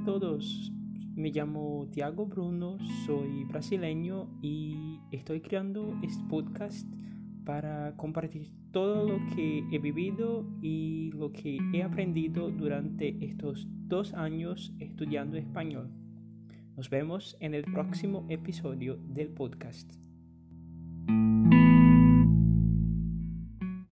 a todos, me llamo Tiago Bruno, soy brasileño y estoy creando este podcast para compartir todo lo que he vivido y lo que he aprendido durante estos 2 años estudiando español. Nos vemos en el próximo episodio del podcast.